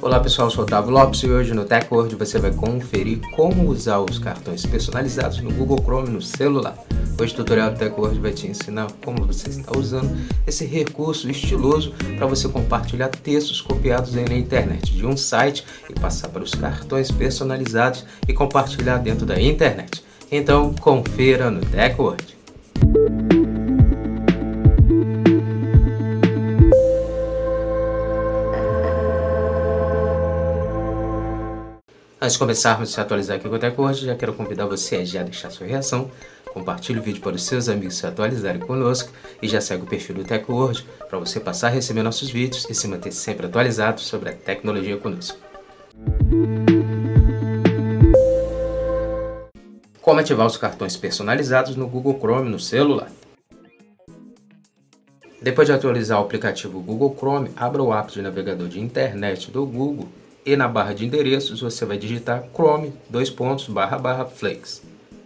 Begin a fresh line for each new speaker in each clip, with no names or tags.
Olá pessoal, eu sou o Otávio Lopes e hoje no TechWord você vai conferir como usar os cartões personalizados no Google Chrome no celular. Hoje o tutorial do TechWord vai te ensinar como você está usando esse recurso estiloso para você compartilhar textos copiados aí na internet de um site e passar para os cartões personalizados e compartilhar dentro da internet. Então confira no TechWord. Antes de começarmos a se atualizar aqui com o TechWord, já quero convidar você a já deixar sua reação, compartilhe o vídeo para os seus amigos se atualizarem conosco e já segue o perfil do TechWord para você passar a receber nossos vídeos e se manter sempre atualizado sobre a tecnologia conosco. Como ativar os cartões personalizados no Google Chrome no celular? Depois de atualizar o aplicativo Google Chrome, abra o app de navegador de internet do Google e na barra de endereços você vai digitar Chrome://Flex.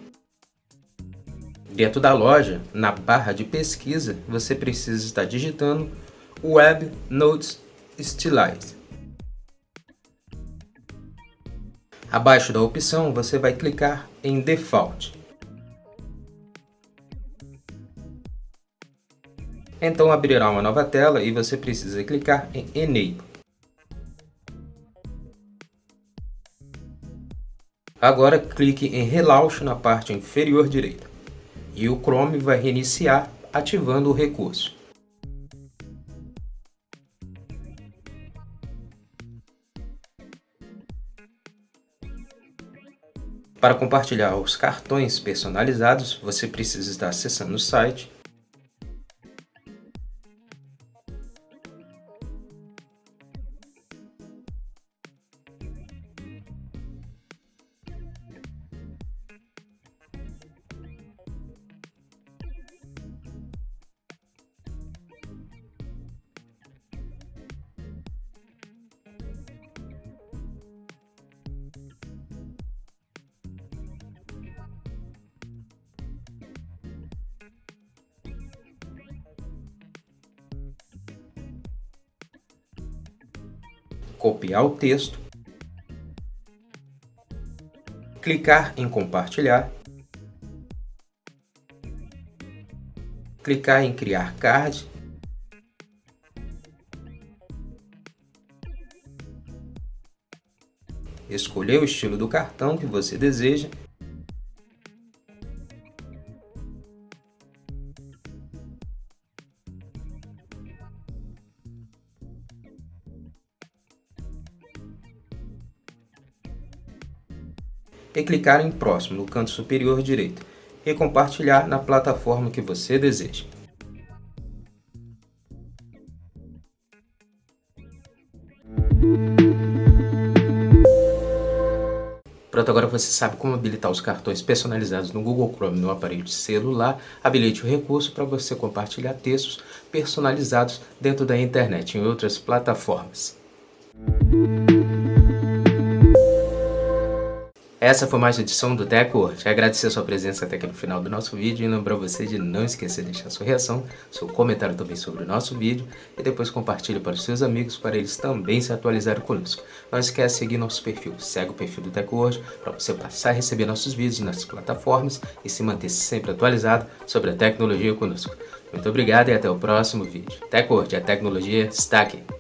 Dentro da loja, na barra de pesquisa, você precisa estar digitando Web Notes Stylize. Abaixo da opção você vai clicar em Default. Então abrirá uma nova tela e você precisa clicar em Enable. Agora clique em Relaunch na parte inferior direita e o Chrome vai reiniciar ativando o recurso. Para compartilhar os cartões personalizados, você precisa estar acessando o site. Copiar o texto, clicar em compartilhar, clicar em criar card, escolher o estilo do cartão que você deseja, e clicar em Próximo no canto superior direito e compartilhar na plataforma que você deseja. Pronto, agora você sabe como habilitar os cartões personalizados no Google Chrome no aparelho de celular. Habilite o recurso para você compartilhar textos personalizados dentro da internet em outras plataformas. Essa foi mais uma edição do TechWord. Agradecer a sua presença até aqui no final do nosso vídeo e lembrar você de não esquecer de deixar sua reação, seu comentário também sobre o nosso vídeo e depois compartilhe para os seus amigos para eles também se atualizarem conosco. Não esquece de seguir nosso perfil. Segue o perfil do TechWord para você passar a receber nossos vídeos nas plataformas e se manter sempre atualizado sobre a tecnologia conosco. Muito obrigado e até o próximo vídeo. TechWord, a tecnologia está aqui.